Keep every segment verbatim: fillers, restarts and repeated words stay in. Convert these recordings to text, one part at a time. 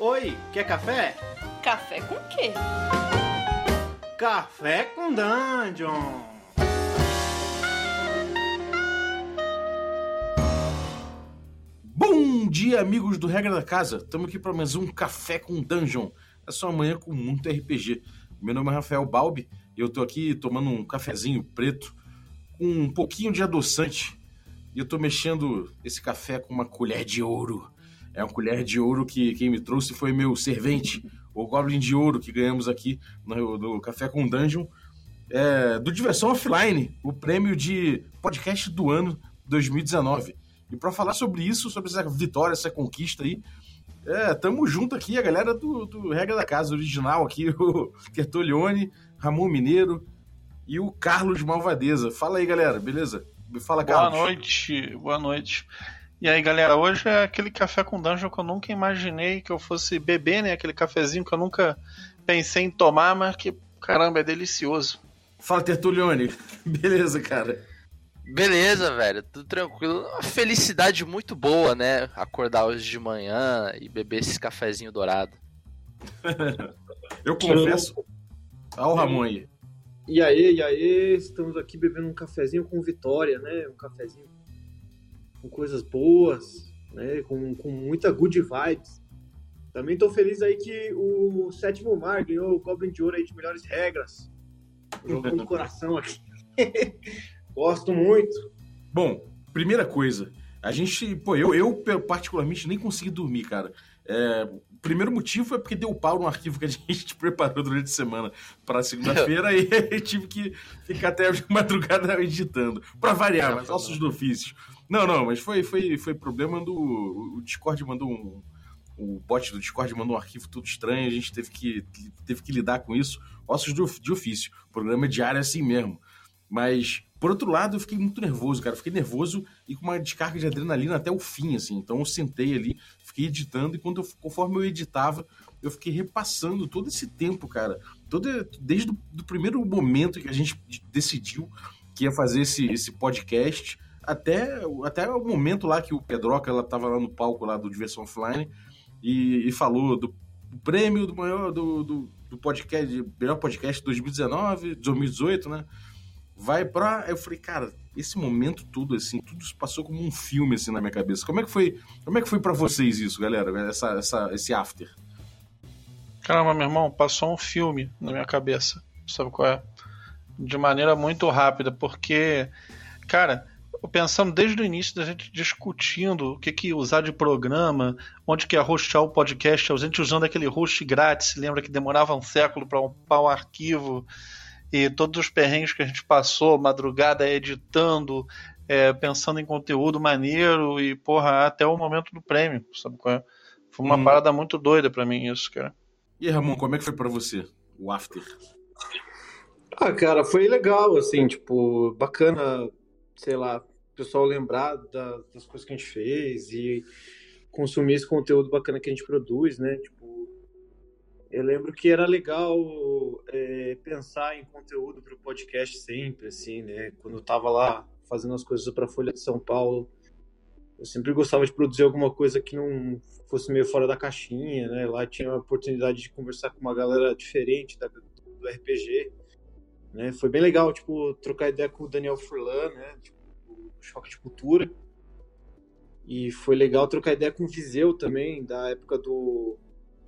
Oi, quer café? Café com quê? Café com Dungeon! Bom dia, amigos do Regra da Casa! Estamos aqui para mais um Café com Dungeon. É só amanhã com muito R P G. Meu nome é Rafael Balbi e eu tô aqui tomando um cafezinho preto com um pouquinho de adoçante. E eu tô mexendo esse café com uma colher de ouro. É uma colher de ouro que quem me trouxe foi meu servente, o Goblin de Ouro, que ganhamos aqui no, no Café com Dungeon, é, do Diversão Offline, o prêmio de podcast do ano dois mil e dezenove. E para falar sobre isso, sobre essa vitória, essa conquista aí, é, tamo junto aqui, a galera do, do Regra da Casa original aqui, o Tertolione, Ramon Mineiro e o Carlos Malvadeza. Fala aí, galera, beleza? Fala, Carlos. Boa noite, boa noite. E aí, galera, hoje é aquele café com dungeon que eu nunca imaginei que eu fosse beber, né? Aquele cafezinho que eu nunca pensei em tomar, mas que, caramba, é delicioso. Fala, Tertulione. Beleza, cara? Beleza, velho, tudo tranquilo. Uma felicidade muito boa, né? Acordar hoje de manhã e beber esse cafezinho dourado. Eu confesso. Olha o Ramon aí. E aí, e aí, estamos aqui bebendo um cafezinho com Vitória, né? Um cafezinho com coisas boas, né? Com, com muita good vibes. Também tô feliz aí que o Sétimo Mar ganhou o Goblin de Ouro aí de melhores regras. Jogando no coração aqui. Gosto muito. Bom, primeira coisa, a gente, pô, eu, eu particularmente nem consegui dormir, cara. É, o primeiro motivo é porque deu pau no arquivo que a gente preparou durante a semana para segunda-feira e eu tive que ficar até de madrugada editando. Para variar, mas ossos do ofício. Não, não, mas foi, foi, foi problema do... O Discord mandou um... O bot do Discord mandou um arquivo tudo estranho, a gente teve que, teve que lidar com isso. Ossos de ofício. O programa é diário assim mesmo. Mas, por outro lado, eu fiquei muito nervoso, cara. Fiquei nervoso e com uma descarga de adrenalina até o fim, assim. Então eu sentei ali, fiquei editando e quando eu, conforme eu editava, eu fiquei repassando todo esse tempo, cara. Todo, desde o primeiro momento que a gente decidiu que ia fazer esse, esse podcast, até, até o momento lá que o Pedroca, ela tava lá no palco lá do Diversão Offline e, e falou do, do prêmio do maior do, do, do podcast, melhor podcast de dois mil e dezenove, dois mil e dezoito, né? Vai pra... Eu falei, cara, esse momento tudo, assim, tudo passou como um filme, assim, na minha cabeça. Como é que foi, como é que foi pra vocês isso, galera? Essa, essa, esse after? Caramba, meu irmão, passou um filme na minha cabeça. Sabe qual é? De maneira muito rápida, porque, cara, eu pensando desde o início da gente discutindo o que que usar de programa, onde que ia hostear o podcast, a gente usando aquele host grátis, lembra que demorava um século pra upar um arquivo... E todos os perrengues que a gente passou, madrugada editando, é, pensando em conteúdo maneiro e, porra, até o momento do prêmio, sabe qual é? Foi uma hum. parada muito doida pra mim isso, cara. E aí, Ramon, como é que foi pra você, o after? Ah, cara, foi legal, assim, tipo, bacana, sei lá, o pessoal lembrar da, das coisas que a gente fez e consumir esse conteúdo bacana que a gente produz, né, tipo, eu lembro que era legal é, pensar em conteúdo para o podcast sempre, assim, né? Quando eu tava lá fazendo as coisas para a Folha de São Paulo, eu sempre gostava de produzir alguma coisa que não fosse meio fora da caixinha, né? Lá tinha a oportunidade de conversar com uma galera diferente da, do R P G, né? Foi bem legal, tipo, trocar ideia com o Daniel Furlan, né? Tipo, o Choque de Cultura. E foi legal trocar ideia com o Viseu também, da época do...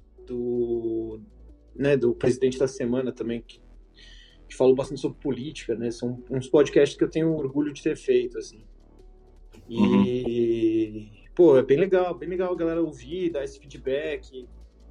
do, né, do Presidente da Semana também, que, que falou bastante sobre política, né? São uns podcasts que eu tenho orgulho de ter feito, assim. E, uhum. pô, é bem legal, bem legal a galera ouvir, dar esse feedback.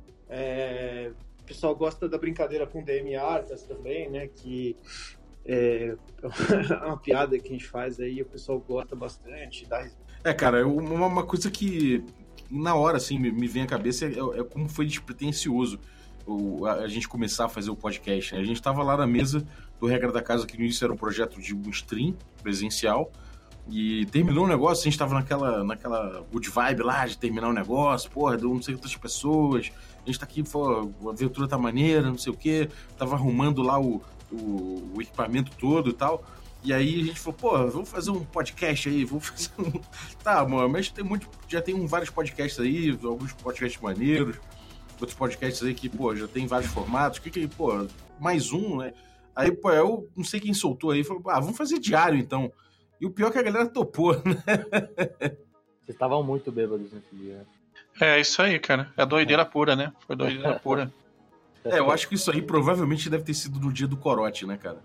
É, o pessoal gosta da brincadeira com D M Artas também, né? Que é uma piada que a gente faz aí, o pessoal gosta bastante. Dá... É, cara, uma, uma coisa que na hora, assim, me, me vem à cabeça é, é como foi despretensioso o, a, a gente começar a fazer o podcast, né? A gente tava lá na mesa do Regra da Casa, que no início era um projeto de um stream presencial, e terminou o negócio, a gente tava naquela, naquela good vibe lá de terminar o negócio, porra, deu não sei quantas pessoas, a gente tá aqui, pô, a aventura tá maneira, não sei o quê, tava arrumando lá o, o, o equipamento todo e tal. E aí a gente falou, pô, vamos fazer um podcast aí, vamos fazer um... Tá, amor, mas tem muito, já tem um, vários podcasts aí, alguns podcasts maneiros. outros podcasts aí que, pô, já tem vários formatos, que que, pô, mais um, né? Aí, pô, eu não sei quem soltou aí, falou, ah, vamos fazer diário, então. E o pior é que a galera topou, né? Vocês estavam muito bêbados nesse dia, né? É isso aí, cara. É doideira pura, né? Foi doideira pura. É, eu acho que isso aí provavelmente deve ter sido no dia do corote, né, cara?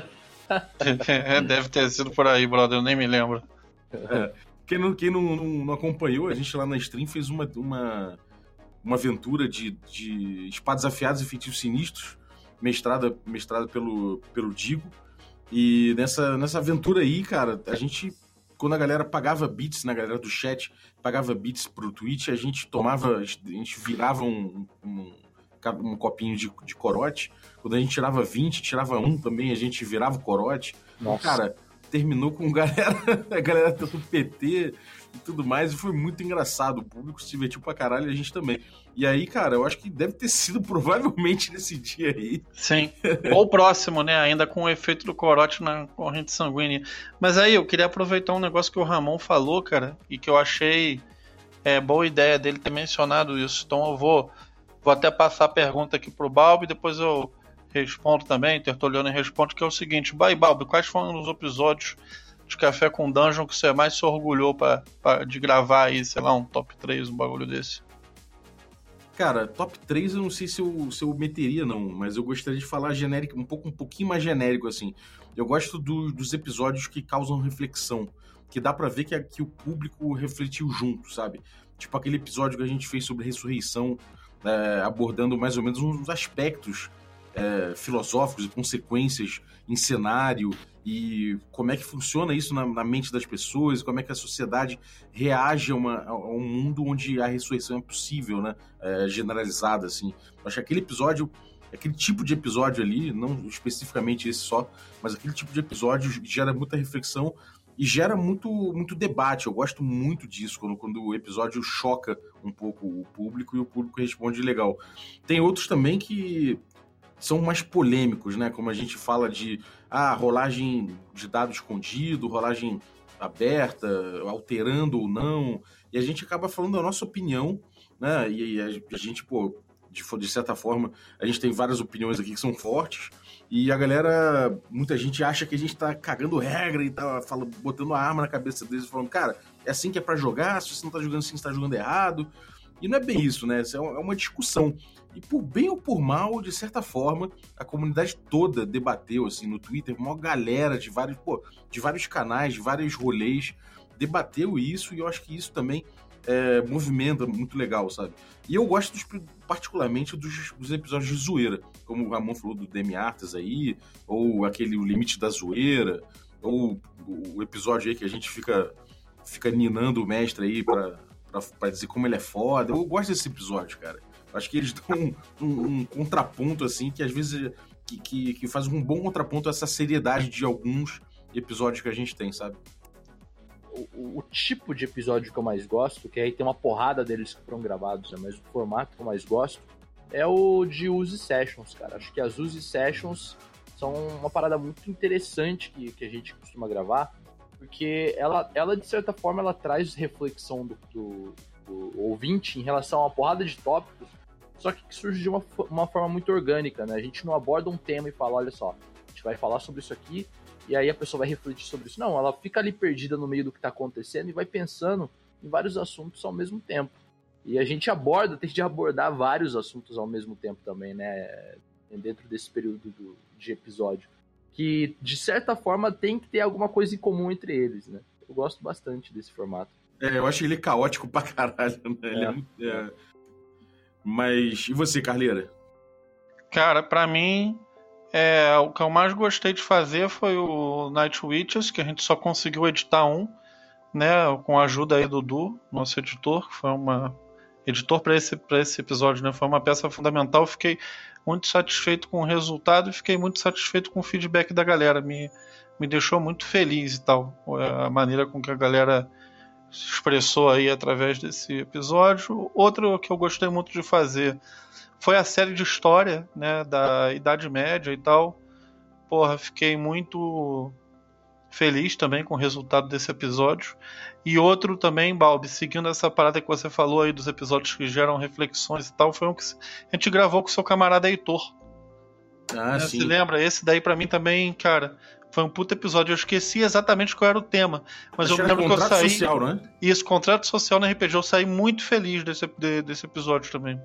É, deve ter sido por aí, brother. Eu nem me lembro. É. Quem, não, quem não, não, não acompanhou, a gente lá na stream fez uma, uma, uma aventura de, de espadas afiadas e feitiços sinistros, mestrada, mestrada pelo, pelo Digo. E nessa, nessa aventura aí, cara, a gente, quando a galera pagava bits, na galera do chat, pagava bits pro Twitch, a gente tomava, a gente virava um, um, um copinho de, de corote. Quando a gente tirava vinte, tirava um também, a gente virava o corote. Nossa. E, cara, terminou com galera, a galera do P T e tudo mais, e foi muito engraçado. O público se divertiu pra caralho e a gente também. E aí, cara, eu acho que deve ter sido provavelmente nesse dia aí. Sim. Ou o próximo, né? Ainda com o efeito do corote na corrente sanguínea. Mas aí, eu queria aproveitar um negócio que o Ramon falou, cara, e que eu achei é, boa ideia dele ter mencionado isso. Então eu vou, vou até passar a pergunta aqui pro Balbi, depois eu respondo também, Tertuliano responde, que é o seguinte: Vai, Balbi, quais foram os episódios de Café com Dungeon que você mais se orgulhou pra, pra, de gravar aí, sei lá, um top três, um bagulho desse? Cara, top três eu não sei se eu, se eu meteria, não, mas eu gostaria de falar genérico, um pouco um pouquinho mais genérico, assim. Eu gosto do, dos episódios que causam reflexão, que dá pra ver que, que o público refletiu junto, sabe? Tipo aquele episódio que a gente fez sobre ressurreição, é, abordando mais ou menos uns aspectos é, filosóficos e consequências em cenário, e como é que funciona isso na, na mente das pessoas, como é que a sociedade reage a, uma, a um mundo onde a ressurreição é possível, né? É, generalizada, assim. Eu acho que aquele episódio, aquele tipo de episódio ali, não especificamente esse só, mas aquele tipo de episódio gera muita reflexão e gera muito, muito debate. Eu gosto muito disso, quando, quando o episódio choca um pouco o público e o público responde legal. Tem outros também que são mais polêmicos, né? Como a gente fala de ah, rolagem de dado escondido, rolagem aberta, alterando ou não, e a gente acaba falando a nossa opinião, né? E a, a gente, pô, de, de certa forma, a gente tem várias opiniões aqui que são fortes, e a galera, muita gente acha que a gente tá cagando regra e tá falando, botando a arma na cabeça deles, falando, cara, é assim que é pra jogar, se você não tá jogando assim, você tá jogando errado. E não é bem isso, né? Isso é uma discussão. E por bem ou por mal, de certa forma, a comunidade toda debateu, assim, no Twitter, uma galera de vários, pô, de vários canais, de vários rolês, debateu isso, e eu acho que isso também é, movimenta muito legal, sabe? E eu gosto, dos, particularmente, dos, dos episódios de zoeira, como o Ramon falou do Demi Artes aí, ou aquele O Limite da Zoeira, ou o episódio aí que a gente fica, fica ninando o mestre aí pra, pra, pra dizer como ele é foda. Eu gosto desse episódio, cara. Acho que eles dão um, um, um contraponto, assim, que às vezes que, que, que faz um bom contraponto a essa seriedade de alguns episódios que a gente tem, sabe? O, o tipo de episódio que eu mais gosto, que aí tem uma porrada deles que foram gravados, né, mas o formato que eu mais gosto é o de Use Sessions, cara. Acho que as Use Sessions são uma parada muito interessante que, que a gente costuma gravar, porque ela, ela, de certa forma, ela traz reflexão do, do, do ouvinte em relação a uma porrada de tópicos, só que surge de uma, uma forma muito orgânica, né? A gente não aborda um tema e fala, olha só, a gente vai falar sobre isso aqui, e aí a pessoa vai refletir sobre isso. Não, ela fica ali perdida no meio do que está acontecendo e vai pensando em vários assuntos ao mesmo tempo. E a gente aborda, tem de abordar vários assuntos ao mesmo tempo também, né? Dentro desse período do, de episódio. Que, de certa forma, tem que ter alguma coisa em comum entre eles, né? Eu gosto bastante desse formato. É, eu acho ele caótico pra caralho, né? Ele é, é muito... É... Mas, e você, Carleira? Cara, pra mim, é, o que eu mais gostei de fazer foi o Night Witches, que a gente só conseguiu editar um, né, com a ajuda aí do Du, nosso editor, que foi uma editor para esse, pra esse episódio, né, foi uma peça fundamental. Fiquei muito satisfeito com o resultado e fiquei muito satisfeito com o feedback da galera, me, me deixou muito feliz e tal, a maneira com que a galera se expressou aí através desse episódio. Outro que eu gostei muito de fazer foi a série de história, né, da Idade Média e tal. Porra, fiquei muito feliz também com o resultado desse episódio. E outro também, Balbi, seguindo essa parada que você falou aí dos episódios que geram reflexões e tal, foi um que a gente gravou com o seu camarada Heitor. Ah, né? sim. Se lembra? Esse daí pra mim também, cara, foi um puta episódio. Eu esqueci exatamente qual era o tema, mas Acho eu que era lembro que eu contrato saí... social, não é? Isso, contrato social no R P G. Eu saí muito feliz desse, de, desse episódio também.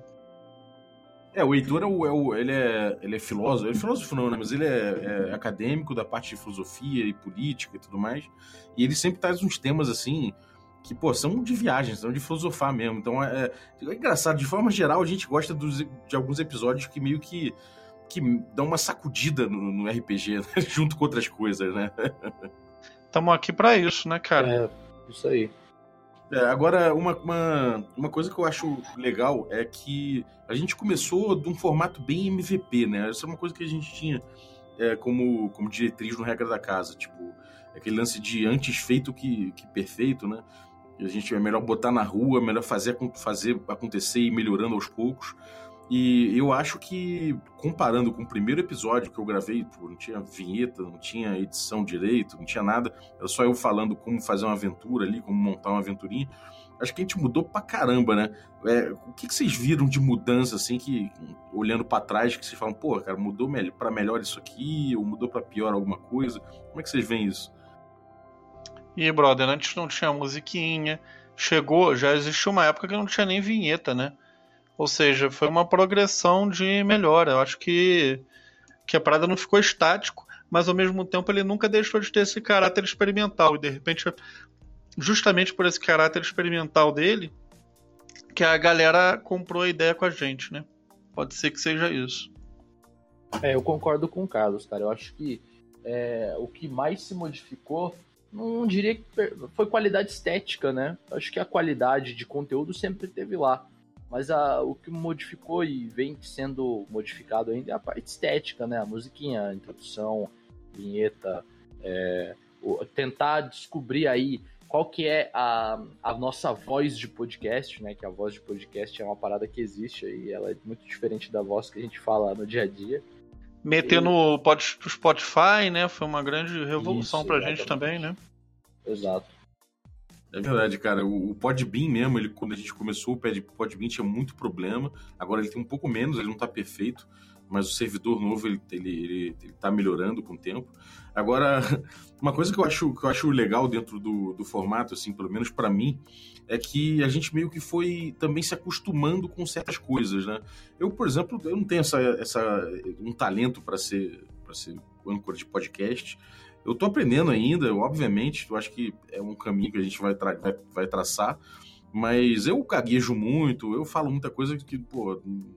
É, o Heitor é o, é o- ele, é, ele é filósofo, ele é filósofo não, né? Mas ele é, é acadêmico da parte de filosofia e política e tudo mais. E ele sempre traz uns temas assim que, pô, são de viagem, são de filosofar mesmo. Então é, é, é engraçado, de forma geral, a gente gosta dos, de alguns episódios que meio que, que dão uma sacudida no, no R P G, né? Junto com outras coisas, né? Tamo aqui pra isso, né, cara? É, isso aí. É, agora, uma, uma, uma coisa que eu acho legal é que a gente começou de um formato bem M V P, né? Essa é uma coisa que a gente tinha é, como, como diretriz no Regra da Casa. Tipo, aquele lance de antes feito que, que perfeito, né? E a gente é melhor botar na rua, é melhor fazer, fazer acontecer e ir melhorando aos poucos. E eu acho que, comparando com o primeiro episódio que eu gravei, pô, não tinha vinheta, não tinha edição direito, não tinha nada, era só eu falando como fazer uma aventura ali, como montar uma aventurinha. Acho que a gente mudou pra caramba, né? É, o que, que vocês viram de mudança, assim, que olhando pra trás, que vocês falam, pô, cara, mudou me- pra melhor isso aqui, ou mudou pra pior alguma coisa? Como é que vocês veem isso? E, brother, antes não tinha musiquinha. Chegou, já existiu uma época que não tinha nem vinheta, né? Ou seja, foi uma progressão de melhora. Eu acho que, que a parada não ficou estático, mas ao mesmo tempo ele nunca deixou de ter esse caráter experimental. E de repente, justamente por esse caráter experimental dele, que a galera comprou a ideia com a gente, né? Pode ser que seja isso. É, eu concordo com o Carlos, cara. Eu acho que é, o que mais se modificou, não diria que per- foi qualidade estética, né? Eu acho que a qualidade de conteúdo sempre teve lá. Mas a- o que modificou e vem sendo modificado ainda é a parte estética, né? A musiquinha, a introdução, vinheta, é, o- tentar descobrir aí qual que é a, a nossa voz de podcast, né? Que a voz de podcast é uma parada que existe aí, ela é muito diferente da voz que a gente fala no dia a dia. Meter no pod- no Spotify, né? Foi uma grande revolução Isso, pra gente exatamente. também, né? Exato. É verdade, cara. O, o Podbean mesmo, ele, quando a gente começou, o Pod- Podbean tinha muito problema. Agora ele tem um pouco menos, ele não tá perfeito. Mas o servidor novo, ele, ele, ele, ele tá melhorando com o tempo. Agora, uma coisa que eu acho, que eu acho legal dentro do, do formato, assim, pelo menos pra mim, é que a gente meio que foi também se acostumando com certas coisas, né? Eu, por exemplo, eu não tenho essa, essa, um talento para ser, para ser âncora de podcast. Eu tô aprendendo ainda, obviamente, eu acho que é um caminho que a gente vai, tra- vai, vai traçar, mas eu gaguejo muito, eu falo muita coisa que, pô,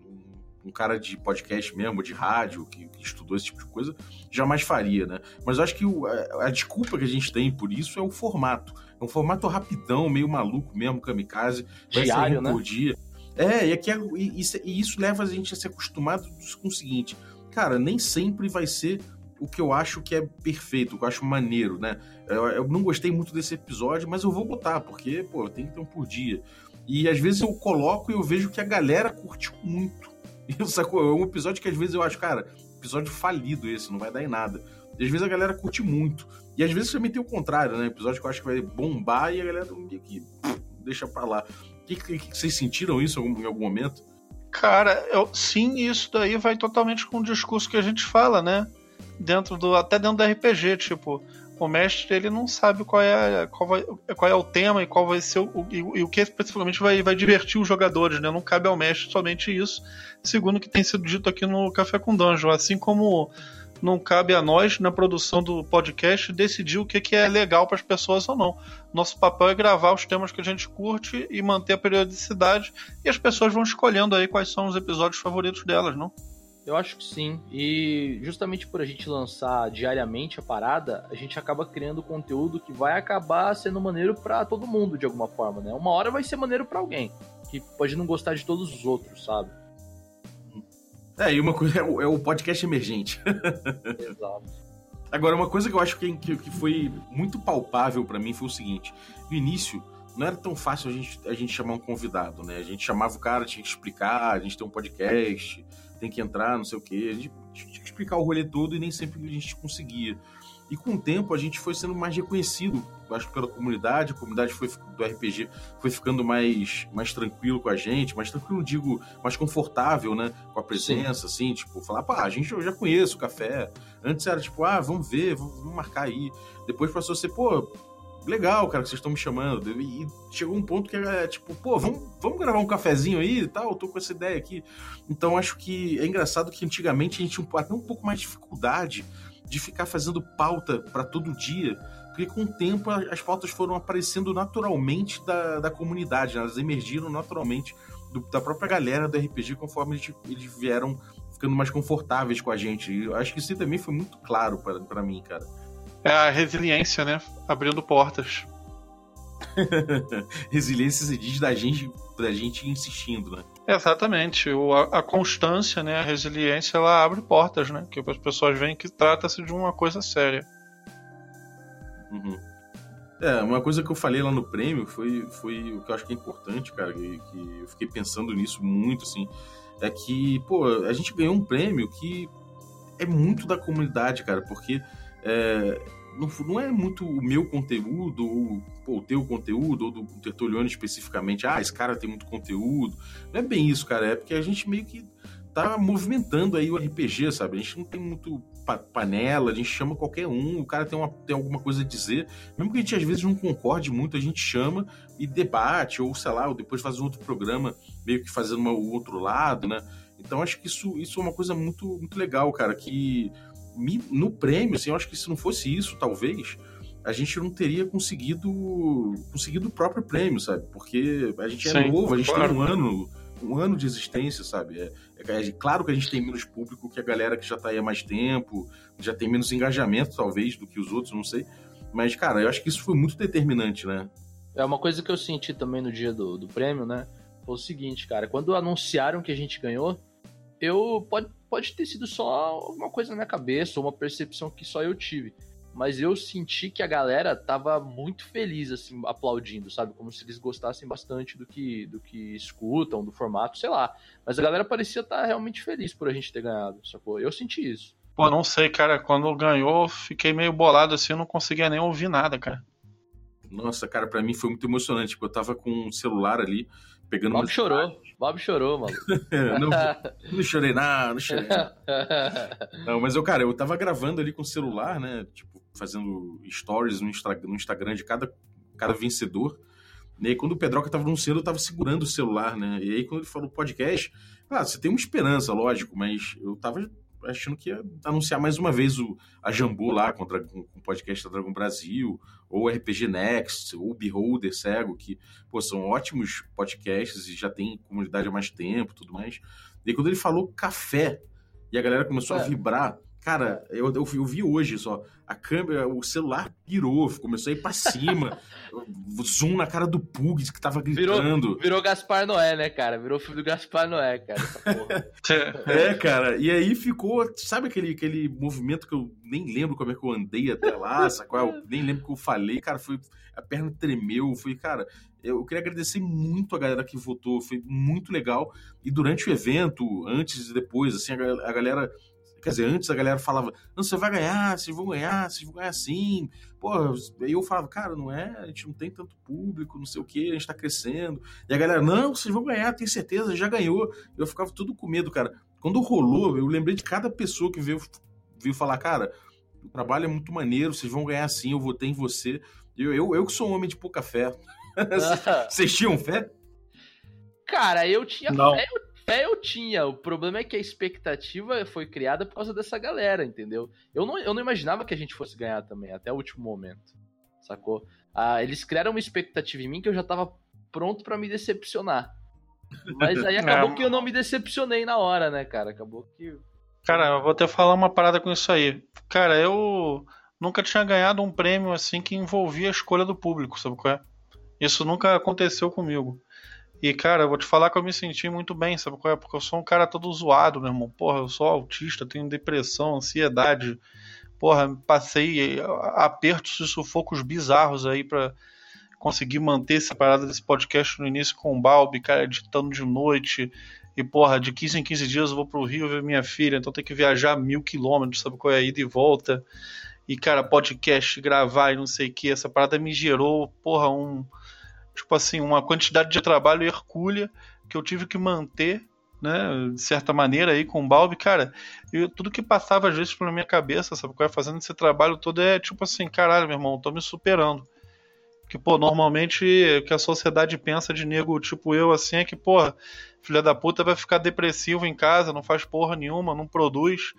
um cara de podcast mesmo, de rádio, que, que estudou esse tipo de coisa, jamais faria, né? Mas eu acho que o, a, a desculpa que a gente tem por isso é o formato. É um formato rapidão, meio maluco mesmo, kamikaze, vai Diário, sair um né? por dia. É, e, aqui é- e, isso, e isso leva a gente a ser acostumado com o seguinte, cara, nem sempre vai ser o que eu acho que é perfeito, o que eu acho maneiro, né? Eu, eu não gostei muito desse episódio, mas eu vou botar, porque, pô, tem que ter um por dia. E às vezes eu coloco e eu vejo que a galera curtiu muito. E, sacou? É um episódio que às vezes eu acho, cara, episódio falido esse, não vai dar em nada. E às vezes a galera curte muito. E às vezes também tem o contrário, né? Episódio que eu acho que vai bombar e a galera meio que pff, deixa pra lá. Que, que, que vocês sentiram isso em algum, em algum momento? Cara, eu, sim, isso daí vai totalmente com o discurso que a gente fala, né? Dentro do, até dentro do R P G, tipo, o mestre ele não sabe qual é, qual vai, qual é o tema e qual vai ser o, o, e, e o que especificamente vai, vai divertir os jogadores, né? Não cabe ao mestre somente isso, segundo o que tem sido dito aqui no Café com Dungeon, assim como não cabe a nós, na produção do podcast, decidir o que, que é legal para as pessoas ou não. Nosso papel é gravar os temas que a gente curte e manter a periodicidade, e as pessoas vão escolhendo aí quais são os episódios favoritos delas, não? Eu acho que sim. E justamente por a gente lançar diariamente a parada, a gente acaba criando conteúdo que vai acabar sendo maneiro pra todo mundo de alguma forma, né? Uma hora vai ser maneiro pra alguém, que pode não gostar de todos os outros, sabe? É, e uma coisa é o, é o podcast emergente. Exato. Agora, uma coisa que eu acho que, que, que foi muito palpável pra mim foi o seguinte: no início, não era tão fácil a gente, a gente chamar um convidado, né? A gente chamava o cara, tinha que explicar, a gente tem um podcast, tem que entrar, não sei o quê. A gente tinha que explicar o rolê todo e nem sempre a gente conseguia. E com o tempo a gente foi sendo mais reconhecido, acho que pela comunidade, a comunidade foi, do R P G foi ficando mais, mais tranquilo com a gente, mais tranquilo, digo, mais confortável, né, com a presença, Sim. assim, tipo, falar, pá, a gente, eu já conheço o café. Antes era tipo, ah, vamos ver, vamos, vamos marcar aí. Depois passou a ser, pô, legal, cara, que vocês estão me chamando. E chegou um ponto que é tipo, pô, vamos, vamos gravar um cafezinho aí e tal, eu tô com essa ideia aqui. Então acho que é engraçado que antigamente a gente tinha até um pouco mais de dificuldade de ficar fazendo pauta para todo dia, porque com o tempo as pautas foram aparecendo naturalmente da, da comunidade, elas emergiram naturalmente do, da própria galera do R P G conforme eles, eles vieram ficando mais confortáveis com a gente. E eu acho que isso também foi muito claro para mim, cara. É a resiliência, né? Abrindo portas. Resiliência se diz da gente, da gente insistindo, né? Exatamente. O, a, a constância, né? A resiliência, ela abre portas, né? Que as pessoas veem que trata-se de uma coisa séria. Uhum. É, uma coisa que eu falei lá no prêmio foi, foi o que eu acho que é importante, cara, que, que eu fiquei pensando nisso muito, assim, é que, pô, a gente ganhou um prêmio que é muito da comunidade, cara, porque é, não, não é muito o meu conteúdo, ou pô, o teu conteúdo, ou do Tertulione especificamente, ah, esse cara tem muito conteúdo, não é bem isso, cara, é porque a gente meio que tá movimentando aí o R P G, sabe, a gente não tem muito pa- panela, a gente chama qualquer um, o cara tem, uma, tem alguma coisa a dizer, mesmo que a gente às vezes não concorde muito, a gente chama e debate, ou sei lá, ou depois faz um outro programa, meio que fazendo uma, o outro lado, né, então acho que isso, isso é uma coisa muito, muito legal, cara, que no prêmio, assim, eu acho que se não fosse isso, talvez, a gente não teria conseguido conseguido o próprio prêmio, sabe? Porque a gente é Sim, novo, a gente claro. tem um ano, um ano de existência, sabe? É, é, é claro que a gente tem menos público que a galera que já tá aí há mais tempo, já tem menos engajamento, talvez, do que os outros, não sei. Mas, cara, eu acho que isso foi muito determinante, né? É uma coisa que eu senti também no dia do, do prêmio, né? Foi o seguinte, cara, quando anunciaram que a gente ganhou, eu... Pode, pode ter sido só uma coisa na minha cabeça, ou uma percepção que só eu tive. Mas eu senti que a galera tava muito feliz, assim, aplaudindo, sabe? Como se eles gostassem bastante do que, do que escutam, do formato, sei lá. Mas a galera parecia estar realmente feliz por a gente ter ganhado, sacou? Eu senti isso. Pô, não sei, cara. Quando ganhou, fiquei meio bolado, assim, eu não conseguia nem ouvir nada, cara. Nossa, cara, pra mim foi muito emocionante, porque eu tava com um celular ali, pegando... Bob chorou, Bob chorou, mano. não, não chorei nada, não chorei nada. Não, mas eu, cara, eu tava gravando ali com o celular, né, tipo, fazendo stories no Instagram, no Instagram de cada, cada vencedor, e aí quando o Pedroca tava anunciando, eu tava segurando o celular, né, e aí quando ele falou podcast, claro, você tem uma esperança, lógico, mas eu tava achando que ia anunciar mais uma vez o, a Jambô lá contra, com, com o podcast da Dragon Brasil, ou o R P G Next, ou o Beholder Cego, que, pô, são ótimos podcasts e já tem comunidade há mais tempo, tudo mais. E aí, quando ele falou café, e a galera começou é. a vibrar, cara, eu, eu, eu vi hoje só, a câmera, o celular pirou, começou a ir pra cima, zoom na cara do Pug, que tava gritando. Virou, virou Gaspar Noé, né, cara? Virou filme do Gaspar Noé, cara, essa porra. É, cara, e aí ficou, sabe aquele, aquele movimento que eu nem lembro como é que eu andei até lá, qual, eu nem lembro o que eu falei, cara, foi, a perna tremeu, foi, cara, eu queria agradecer muito a galera que votou, foi muito legal, e durante o evento, antes e depois, assim, a, a galera... Quer dizer, antes a galera falava, não, você vai ganhar, vocês vão ganhar, vocês vão ganhar sim. Pô, aí eu falava, cara, não é, a gente não tem tanto público, não sei o que, a gente tá crescendo. E a galera, não, vocês vão ganhar, tem certeza, já ganhou. Eu ficava tudo com medo, cara. Quando rolou, eu lembrei de cada pessoa que veio, veio falar, cara, o trabalho é muito maneiro, vocês vão ganhar sim, eu votei em você. Eu, eu, eu que sou um homem de pouca fé. Vocês tinham fé? Cara, eu tinha não. fé, eu... É, eu tinha. O problema é que a expectativa foi criada por causa dessa galera, entendeu? Eu não, eu não imaginava que a gente fosse ganhar também, até o último momento, sacou? Ah, eles criaram uma expectativa em mim que eu já tava pronto pra me decepcionar. Mas aí acabou é. que eu não me decepcionei na hora, né, cara? Acabou que... Cara, eu vou até falar uma parada com isso aí. Cara, eu nunca tinha ganhado um prêmio assim que envolvia a escolha do público, sabe qual é? Isso nunca aconteceu comigo. E, cara, eu vou te falar que eu me senti muito bem, sabe qual é? Porque eu sou um cara todo zoado, meu irmão. Porra, eu sou autista, tenho depressão, ansiedade. Porra, passei apertos e sufocos bizarros aí pra conseguir manter essa parada desse podcast no início com o Balbi, cara, editando de noite. E, porra, de quinze em quinze dias eu vou pro Rio ver minha filha, então tem que viajar mil quilômetros, sabe qual é? Ida e volta. e, cara, podcast, gravar e não sei o que, essa parada me gerou, porra, um, tipo assim, uma quantidade de trabalho hercúlea que eu tive que manter, né, de certa maneira aí com o Balbi, cara, eu, tudo que passava às vezes pela minha cabeça, sabe, fazendo esse trabalho todo é tipo assim, caralho, meu irmão, tô me superando. Que, pô, normalmente o que a sociedade pensa de nego tipo eu, assim, é que, porra, filha da puta vai ficar depressivo em casa, não faz porra nenhuma, não produz.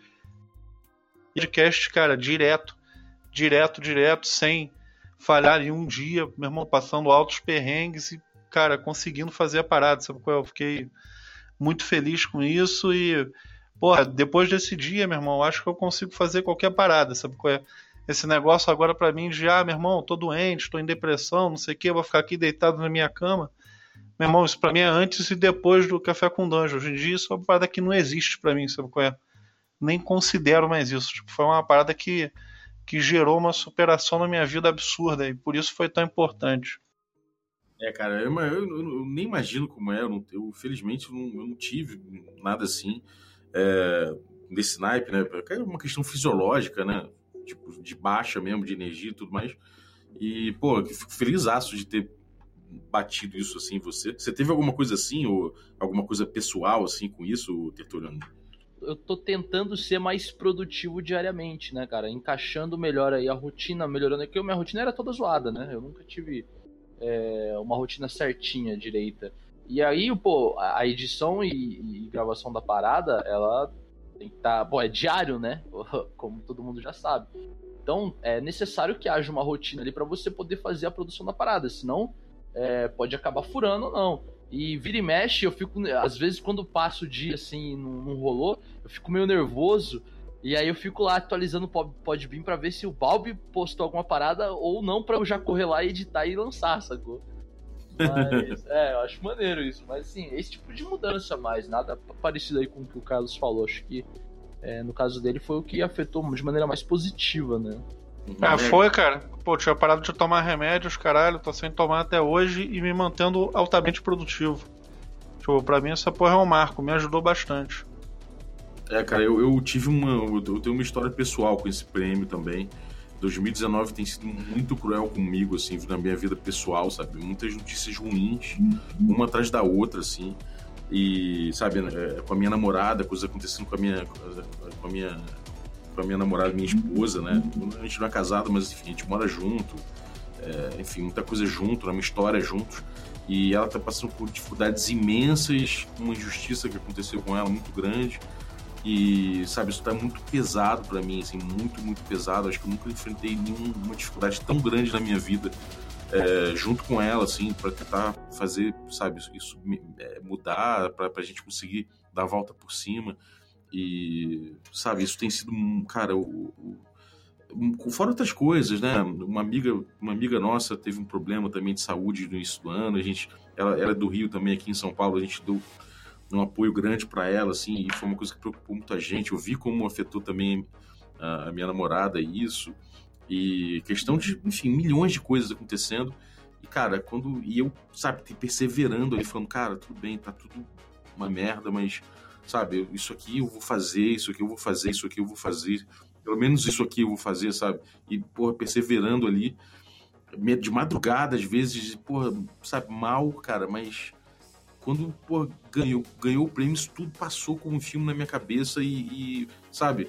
Podcast, cara, direto, direto, direto, sem falhar em um dia, meu irmão, passando altos perrengues e, cara, conseguindo fazer a parada, sabe qual é? Eu fiquei muito feliz com isso e, porra, depois desse dia, meu irmão, acho que eu consigo fazer qualquer parada, sabe qual é? Esse negócio agora pra mim de, ah, meu irmão, tô doente, tô em depressão, não sei o que, vou ficar aqui deitado na minha cama. Meu irmão, isso pra mim é antes e depois do Café com Dungeon. Hoje em dia isso é uma parada que não existe pra mim, sabe qual é? Nem considero mais isso. Tipo, foi uma parada que, que gerou uma superação na minha vida absurda e por isso foi tão importante. É, cara, eu, eu, eu nem imagino como é. Eu, não, eu felizmente, não, eu não tive nada assim, é, desse naipe, né? É uma questão fisiológica, né? Tipo, de baixa mesmo, de energia e tudo mais. E, pô, fico felizaço de ter batido isso assim em você. Você teve alguma coisa assim, ou alguma coisa pessoal assim com isso, Tertuliano? Eu tô tentando ser mais produtivo diariamente, né, cara? Encaixando melhor aí a rotina, melhorando. Porque a minha rotina era toda zoada, né? Eu nunca tive é, uma rotina certinha, direita. E aí, pô, a edição e, e gravação da parada, ela tem que estar... Tá, pô, é diário, né? Como todo mundo já sabe. Então, é necessário que haja uma rotina ali pra você poder fazer a produção da parada. Senão, é, pode acabar furando ou não. E vira e mexe, eu fico... Às vezes, quando passo o dia, assim, não, não rolou, eu fico meio nervoso. E aí eu fico lá atualizando o Podbean pra ver se o Balbi postou alguma parada ou não, pra eu já correr lá, editar e lançar, sacou? Mas, é, eu acho maneiro isso. Mas, assim, esse tipo de mudança mais. Nada parecido aí com o que o Carlos falou. Acho que, é, no caso dele, foi o que afetou de maneira mais positiva, né? É, foi, cara. Pô, tinha parado de tomar remédios, caralho. Tô sem tomar até hoje e me mantendo altamente produtivo. Tipo, pra mim essa porra é um marco. Me ajudou bastante. É, cara, eu, eu tive uma... Eu tenho uma história pessoal com esse prêmio também. dois mil e dezenove tem sido muito cruel comigo, assim, na minha vida pessoal, sabe? Muitas notícias ruins, uma atrás da outra, assim. E, sabe, com a minha namorada, coisas acontecendo com a minha... Com a minha com a minha namorada, minha esposa, né? A gente não é casado, mas enfim, a gente mora junto. É, enfim, muita coisa junto, uma história juntos. E ela tá passando por dificuldades imensas, uma injustiça que aconteceu com ela muito grande. E, sabe, isso tá muito pesado pra mim, assim, muito, muito pesado. Acho que eu nunca enfrentei nenhuma dificuldade tão grande na minha vida, é, junto com ela, assim, pra tentar fazer, sabe, isso é, mudar, pra, pra gente conseguir dar a volta por cima. E, sabe, isso tem sido, cara, o, o, fora outras coisas, né? Uma amiga, uma amiga nossa teve um problema também de saúde no início do ano. A gente, ela era do Rio também, aqui em São Paulo, a gente deu um apoio grande para ela, assim, e foi uma coisa que preocupou muito a gente. Eu vi como afetou também a, a minha namorada isso, e questão de, enfim, milhões de coisas acontecendo. E, cara, quando, e eu, sabe, perseverando ali, falando, cara, tudo bem, tá tudo uma merda, mas, sabe, isso aqui eu vou fazer, isso aqui eu vou fazer, isso aqui eu vou fazer, pelo menos isso aqui eu vou fazer, sabe? E, porra, perseverando ali, de madrugada, às vezes, porra, sabe, mal, cara, mas quando, porra, ganhou, ganhou o prêmio, isso tudo passou como um filme na minha cabeça e, e, sabe,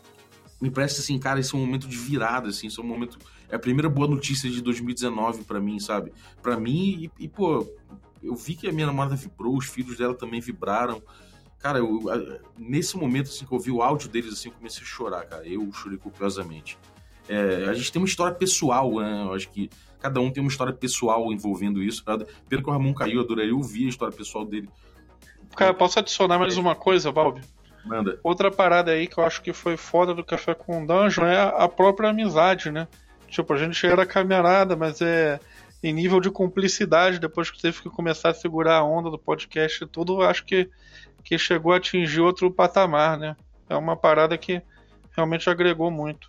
me parece assim, cara, esse é um momento de virada, assim, esse é um momento, é a primeira boa notícia de dois mil e dezenove pra mim, sabe? Pra mim, e, e pô, eu vi que a minha namorada vibrou, os filhos dela também vibraram. Cara, eu, nesse momento, assim, que eu ouvi o áudio deles, assim, eu comecei a chorar, cara. Eu chorei copiosamente. É, a gente tem uma história pessoal, né? Eu acho que cada um tem uma história pessoal envolvendo isso. Pelo que o Ramon caiu, eu adorei ouvir a história pessoal dele. Cara, posso adicionar mais uma coisa, Balbi? Manda. Outra parada aí que eu acho que foi foda do Café com Dungeon é a própria amizade, né? Tipo, a gente era camarada, mas é... em nível de cumplicidade, depois que teve que começar a segurar a onda do podcast e tudo, eu acho que, que chegou a atingir outro patamar, né? É uma parada que realmente agregou muito.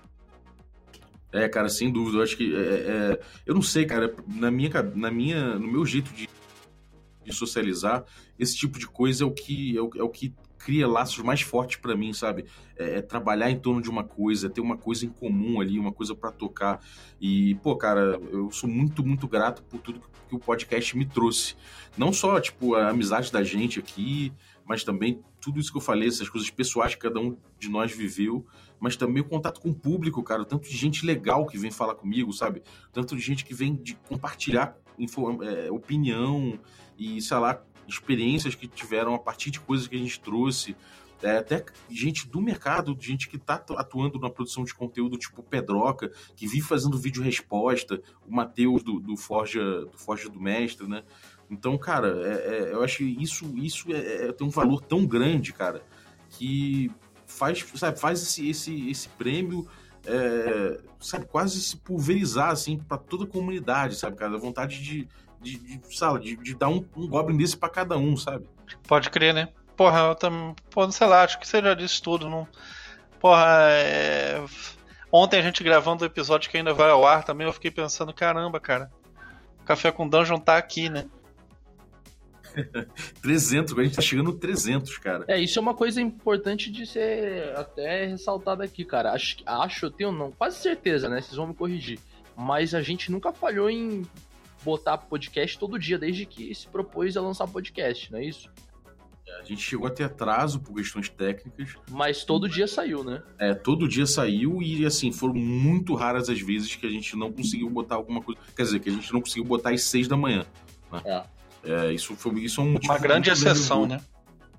É, cara, sem dúvida. Eu acho que... É, é, eu não sei, cara, na minha, na minha, no meu jeito de de socializar, esse tipo de coisa é o que, é o, é o que cria laços mais fortes pra mim, sabe? É, é trabalhar em torno de uma coisa, é ter uma coisa em comum ali, uma coisa pra tocar. E, pô, cara, eu sou muito, muito grato por tudo que o podcast me trouxe. Não só, tipo, a amizade da gente aqui, mas também tudo isso que eu falei, essas coisas pessoais que cada um de nós viveu, mas também o contato com o público, cara, tanto de gente legal que vem falar comigo, sabe? Tanto de gente que vem de compartilhar info, é, opinião e, sei lá, experiências que tiveram a partir de coisas que a gente trouxe. É, até gente do mercado, gente que tá atuando na produção de conteúdo, tipo Pedroca, que vive fazendo vídeo resposta, o Matheus do, do, Forja, do Forja do Mestre, né? Então, cara, é, é, eu acho que isso, isso é, é, tem um valor tão grande, cara, que faz, sabe, faz esse, esse, esse prêmio, é, sabe, quase se pulverizar, assim, pra toda a comunidade, sabe, cara? A vontade de, de, de, sabe, de, de dar um, um Goblin desse pra cada um, sabe? Pode crer, né? Porra, eu também, pô, sei lá, acho que você já disse tudo, não... Porra, é... Ontem a gente gravando o episódio que ainda vai ao ar também, eu fiquei pensando, caramba, cara, Café com Dungeon tá aqui, né? trezentos, a gente tá chegando no trezentos, cara. É, isso é uma coisa importante de ser até ressaltada aqui, cara. Acho, acho eu tenho não, quase certeza, né? Vocês vão me corrigir. Mas a gente nunca falhou em botar podcast todo dia, desde que se propôs a lançar podcast, não é isso? A gente chegou a ter atraso por questões técnicas. Mas todo dia saiu, né? É, todo dia saiu e, assim, foram muito raras as vezes que a gente não conseguiu botar alguma coisa... Quer dizer, que a gente não conseguiu botar às seis da manhã. Né? É. É, isso, foi, isso é um uma grande exceção, né?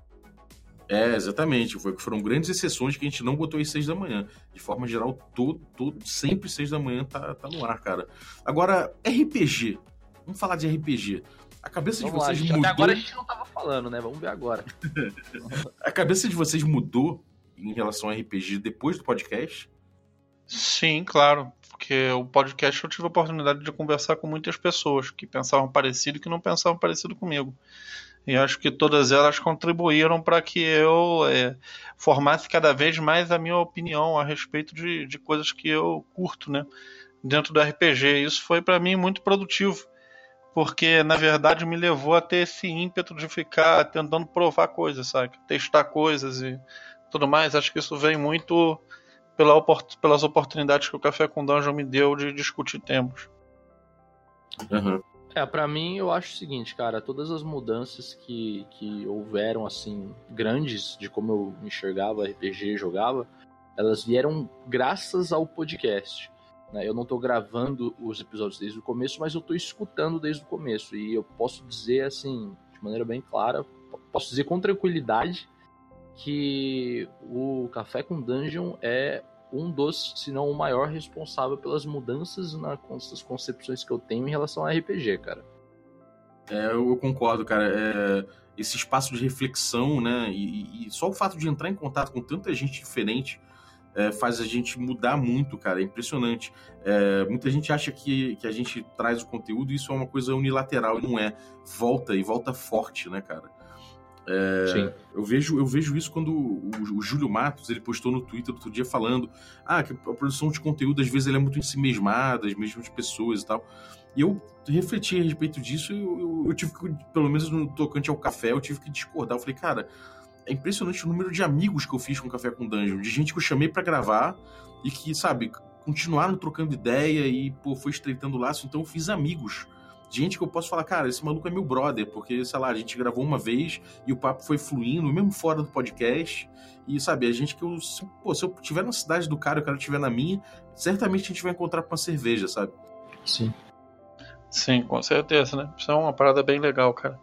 É, exatamente. Foi, foram grandes exceções que a gente não botou às seis da manhã. De forma geral, todo, todo, sempre seis da manhã tá, tá no ar, cara. Agora, R P G. Vamos falar de R P G. A cabeça Vamos de vocês lá, gente, mudou... Até agora a gente não tava falando, né? Vamos ver agora. A cabeça de vocês mudou em relação a R P G depois do podcast? Sim, claro. Porque o podcast eu tive a oportunidade de conversar com muitas pessoas que pensavam parecido e que não pensavam parecido comigo. E acho que todas elas contribuíram para que eu é, formasse cada vez mais a minha opinião a respeito de, de coisas que eu curto, né, dentro do R P G. Isso foi para mim muito produtivo, porque na verdade me levou a ter esse ímpeto de ficar tentando provar coisas, sabe? Testar coisas e tudo mais. Acho que isso vem muito pela opor- pelas oportunidades que o Café com Dungeon me deu de discutir temas. Uhum. É, pra mim eu acho o seguinte, cara, todas as mudanças que, que houveram, assim, grandes de como eu enxergava R P G e jogava, elas vieram graças ao podcast. Né? Eu não tô gravando os episódios desde o começo, mas eu tô escutando desde o começo. E eu posso dizer, assim, de maneira bem clara, posso dizer com tranquilidade que o Café com Dungeon é um dos, se não o maior responsável pelas mudanças nas concepções que eu tenho em relação a R P G, cara. É, eu concordo, cara. É, esse espaço de reflexão, né? E, e só o fato de entrar em contato com tanta gente diferente é, faz a gente mudar muito, cara. É impressionante. É, muita gente acha que, que a gente traz o conteúdo e isso é uma coisa unilateral. Não é. Volta e volta forte, né, cara? É, Sim. Eu vejo, eu vejo isso quando o, o Júlio Matos ele postou no Twitter outro dia falando ah, que a produção de conteúdo às vezes ela é muito em si mesmada, as mesmas pessoas e tal. E eu refleti a respeito disso e eu, eu, eu tive que, pelo menos no tocante ao café, eu tive que discordar. Eu falei, cara, é impressionante o número de amigos que eu fiz com o Café com Dungeon, de gente que eu chamei pra gravar e que, sabe, continuaram trocando ideia e, pô, foi estreitando o laço. Então eu fiz amigos. Gente que eu posso falar, cara, esse maluco é meu brother, porque, sei lá, a gente gravou uma vez e o papo foi fluindo, mesmo fora do podcast, e, sabe, a gente que eu, se, pô, se eu estiver na cidade do cara e o cara estiver na minha, certamente a gente vai encontrar com uma cerveja, sabe? Sim. Sim, com certeza, né? Isso é uma parada bem legal, cara.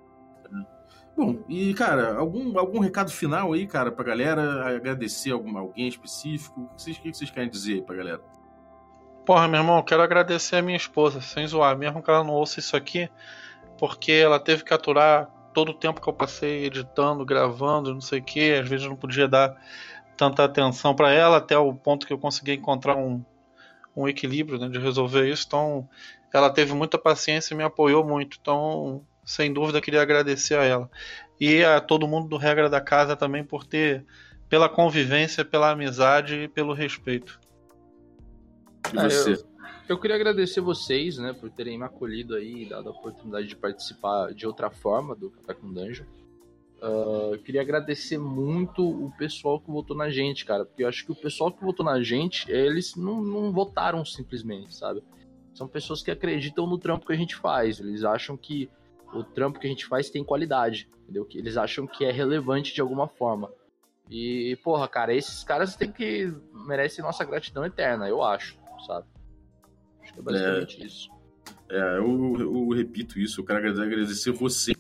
Bom, e, cara, algum, algum recado final aí, cara, pra galera, agradecer algum, alguém específico, o que vocês, o que vocês querem dizer aí pra galera? Porra, meu irmão, eu quero agradecer a minha esposa, sem zoar, mesmo que ela não ouça isso aqui, porque ela teve que aturar todo o tempo que eu passei editando, gravando, não sei o que, às vezes eu não podia dar tanta atenção pra ela, até o ponto que eu consegui encontrar um, um equilíbrio, né, de resolver isso. Então ela teve muita paciência e me apoiou muito, então sem dúvida queria agradecer a ela e a todo mundo do Regra da Casa também por ter, pela convivência, pela amizade e pelo respeito. E você? É, Eu queria agradecer vocês, né, por terem me acolhido aí e dado a oportunidade de participar de outra forma do Café com Dungeon. Uh, eu queria agradecer muito o pessoal que votou na gente, cara, porque eu acho que o pessoal que votou na gente, eles não, não votaram simplesmente, sabe? São pessoas que acreditam no trampo que a gente faz, eles acham que o trampo que a gente faz tem qualidade, entendeu? Que eles acham que é relevante de alguma forma. E, porra, cara, esses caras têm que... merecem nossa gratidão eterna, eu acho, sabe? Acho que é basicamente é, isso. É, eu, eu repito isso, eu quero agradecer você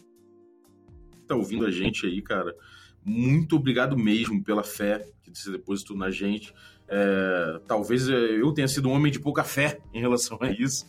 que tá ouvindo a gente aí, cara. Muito obrigado mesmo pela fé que você depositou na gente. É, talvez eu tenha sido um homem de pouca fé em relação a isso.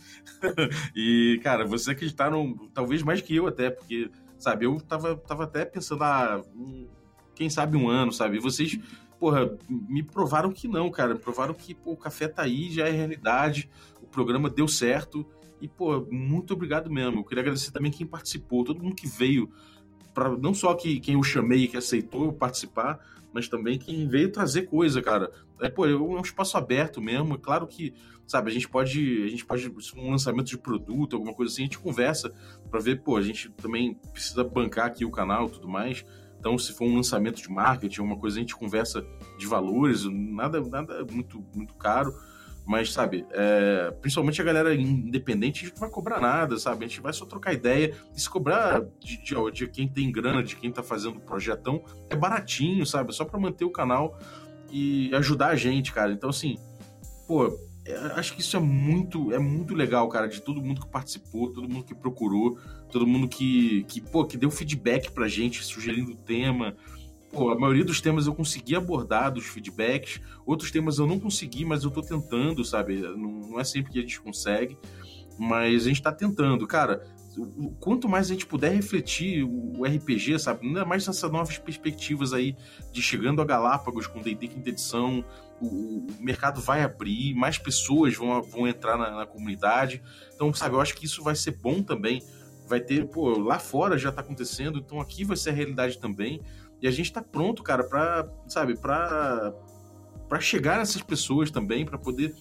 E, cara, vocês acreditaram, talvez mais que eu até, porque, sabe, eu tava, tava até pensando, ah, um, quem sabe um ano, sabe? E vocês, porra, me provaram que não, cara. Provaram que, pô, o café tá aí, já é realidade, o programa deu certo. E, pô, muito obrigado mesmo. Eu queria agradecer também quem participou, todo mundo que veio, pra, não só que, quem eu chamei, que aceitou participar, mas também quem veio trazer coisa, cara. É, pô, é um espaço aberto mesmo. É claro que, sabe, a gente pode, a gente pode, um lançamento de produto, alguma coisa assim, a gente conversa pra ver, pô, a gente também precisa bancar aqui o canal e tudo mais. Então, se for um lançamento de marketing, alguma coisa, a gente conversa de valores, nada, nada muito, muito caro. Mas, sabe, é, principalmente a galera independente, a gente não vai cobrar nada, sabe? A gente vai só trocar ideia. E se cobrar de, de, de quem tem grana, de quem tá fazendo o projetão, é baratinho, sabe? Só pra manter o canal e ajudar a gente, cara. Então, assim, pô, é, acho que isso é muito, é muito legal, cara, de todo mundo que participou, todo mundo que procurou, todo mundo que, que, pô, que deu feedback pra gente, sugerindo o tema. Pô, a maioria dos temas eu consegui abordar dos feedbacks, outros temas eu não consegui, mas eu tô tentando, sabe? Não, não é sempre que a gente consegue, mas a gente tá tentando. Cara, o, quanto mais a gente puder refletir o, o R P G, sabe? Ainda mais nessas novas perspectivas aí de chegando a Galápagos com D e D quinta edição, o, o mercado vai abrir, mais pessoas vão, vão entrar na, na comunidade. Então, sabe, eu acho que isso vai ser bom também. Vai ter, pô, lá fora já tá acontecendo, então aqui vai ser a realidade também. E a gente tá pronto, cara, pra, sabe, pra, pra chegar nessas pessoas também, pra poder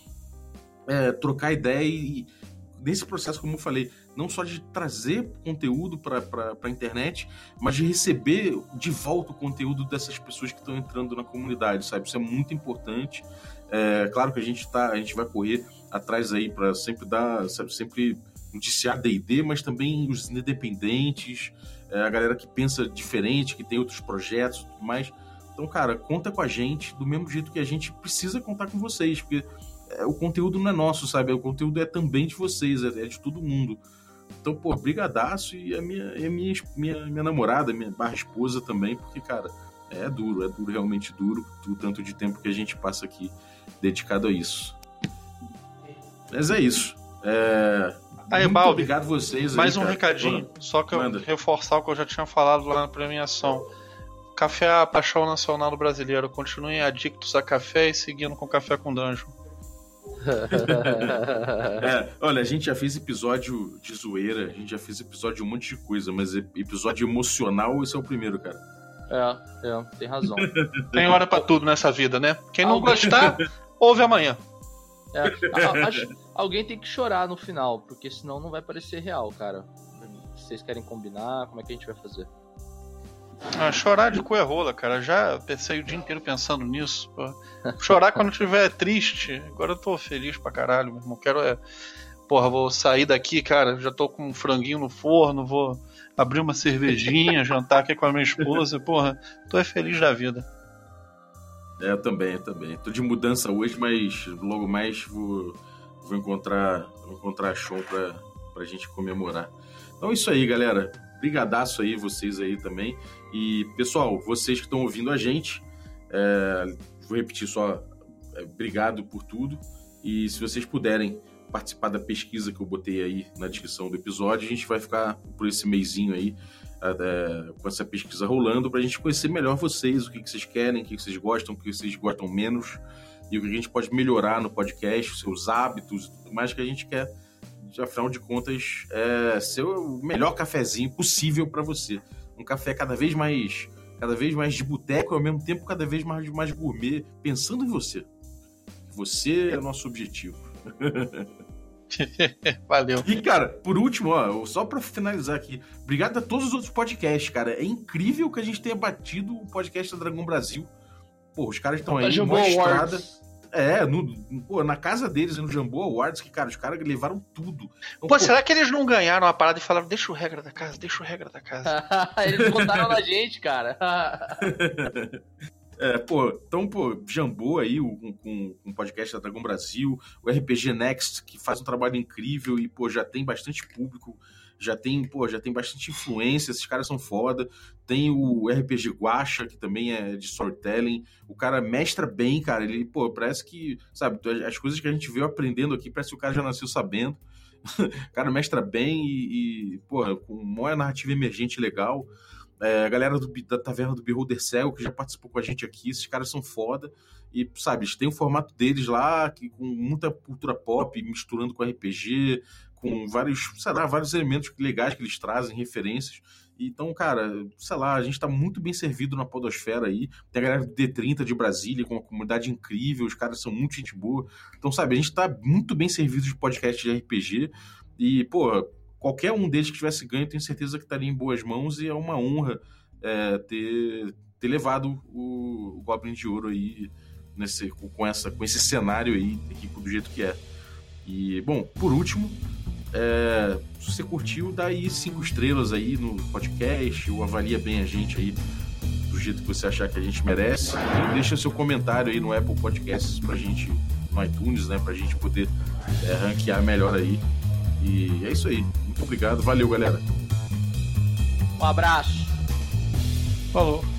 é, trocar ideia e, nesse processo, como eu falei, não só de trazer conteúdo pra, pra, pra internet, mas de receber de volta o conteúdo dessas pessoas que estão entrando na comunidade, sabe? Isso é muito importante. É, claro que a gente tá, a gente vai correr atrás aí pra sempre dar, sabe, sempre noticiar D e D, mas também os independentes, a galera que pensa diferente, que tem outros projetos e tudo mais. Então, cara, conta com a gente do mesmo jeito que a gente precisa contar com vocês, porque é, o conteúdo não é nosso, sabe? O conteúdo é também de vocês, é, é de todo mundo. Então, pô, brigadaço, e a minha, e a minha, minha, minha namorada, minha barra esposa também, porque, cara, é duro, é duro, realmente duro, o tanto de tempo que a gente passa aqui dedicado a isso. Mas é isso. É... Aí, Muito Balbi, obrigado a vocês. mais aí, um cara. recadinho, Manda. só que eu Manda. reforçar o que eu já tinha falado lá na premiação. Café é a paixão nacional do brasileiro. Continuem adictos a café e seguindo com Café com Dungeon. É, olha, a gente já fez episódio de zoeira, a gente já fez episódio de um monte de coisa, mas episódio emocional, esse é o primeiro, cara. É, é, tem razão. Tem hora pra tudo nessa vida, né? Quem não gostar, ouve amanhã. É, a- acho- alguém tem que chorar no final, porque senão não vai parecer real, cara. Vocês querem combinar? Como é que a gente vai fazer? Ah, chorar de cu é rola, cara. Já pensei o dia inteiro pensando nisso. Pô. Chorar quando estiver triste. Agora eu tô feliz pra caralho, meu irmão. Quero é. Porra, vou sair daqui, cara. Já tô com um franguinho no forno. Vou abrir uma cervejinha, jantar aqui com a minha esposa. Porra, tô é feliz da vida. É, eu também, eu também. Tô de mudança hoje, mas logo mais vou, vou encontrar vou encontrar show pra, pra gente comemorar. Então é isso aí, galera. Brigadaço aí, vocês aí também. E, pessoal, vocês que estão ouvindo a gente, é, vou repetir só, é, obrigado por tudo. E se vocês puderem participar da pesquisa que eu botei aí na descrição do episódio, a gente vai ficar por esse mesinho aí, é, com essa pesquisa rolando, pra gente conhecer melhor vocês, o que, que vocês querem, o que, que vocês gostam, o que vocês gostam menos, e o que a gente pode melhorar no podcast, seus hábitos e tudo mais que a gente quer. Afinal de contas, é ser o melhor cafezinho possível para você. Um café cada vez mais cada vez mais de boteco e ao mesmo tempo cada vez mais, mais gourmet, pensando em você. Você é o nosso objetivo. Valeu. E, cara, por último, ó, só pra finalizar aqui, obrigado a todos os outros podcasts, cara. É incrível que a gente tenha batido o podcast da Dragão Brasil. Pô, os caras estão aí numa estrada. É, no, pô, na casa deles, no Jumbo Awards, que, cara, os caras levaram tudo. Então, pô, pô, será que eles não ganharam a parada e falaram, deixa o regra da casa, deixa o regra da casa? Eles contaram na gente, cara. É, pô, então, pô, Jambô aí, o, com, com o podcast da Dragão Brasil, o R P G Next, que faz um trabalho incrível e, pô, já tem bastante público, já tem, pô, já tem bastante influência, esses caras são foda. Tem o R P G Guacha, que também é de storytelling, o cara mestra bem, cara, ele, pô, parece que, sabe, as coisas que a gente veio aprendendo aqui, parece que o cara já nasceu sabendo. O cara mestra bem e, e pô, com uma narrativa emergente legal. É, a galera do, da Taverna do Beholder Cego, que já participou com a gente aqui, esses caras são foda. E, sabe, eles têm o formato deles lá, que, com muita cultura pop, misturando com R P G, com vários, sei lá, vários elementos legais que eles trazem, referências. Então, cara, sei lá, a gente tá muito bem servido na podosfera aí. Tem a galera do D trinta de Brasília, com uma comunidade incrível, os caras são muito gente boa. Então, sabe, a gente tá muito bem servido de podcast de R P G. E, pô, qualquer um deles que tivesse ganho, tenho certeza que estaria em boas mãos e é uma honra é, ter, ter levado o, o Goblin de Ouro aí nesse, com, essa, com esse cenário aí, rico do jeito que é. E, bom, por último, é, se você curtiu, dá aí cinco estrelas aí no podcast, ou avalia bem a gente aí do jeito que você achar que a gente merece. E deixa seu comentário aí no Apple Podcasts pra gente, no iTunes, né, pra gente poder é, ranquear melhor aí. E é isso aí. Muito obrigado. Valeu, galera. Um abraço. Falou.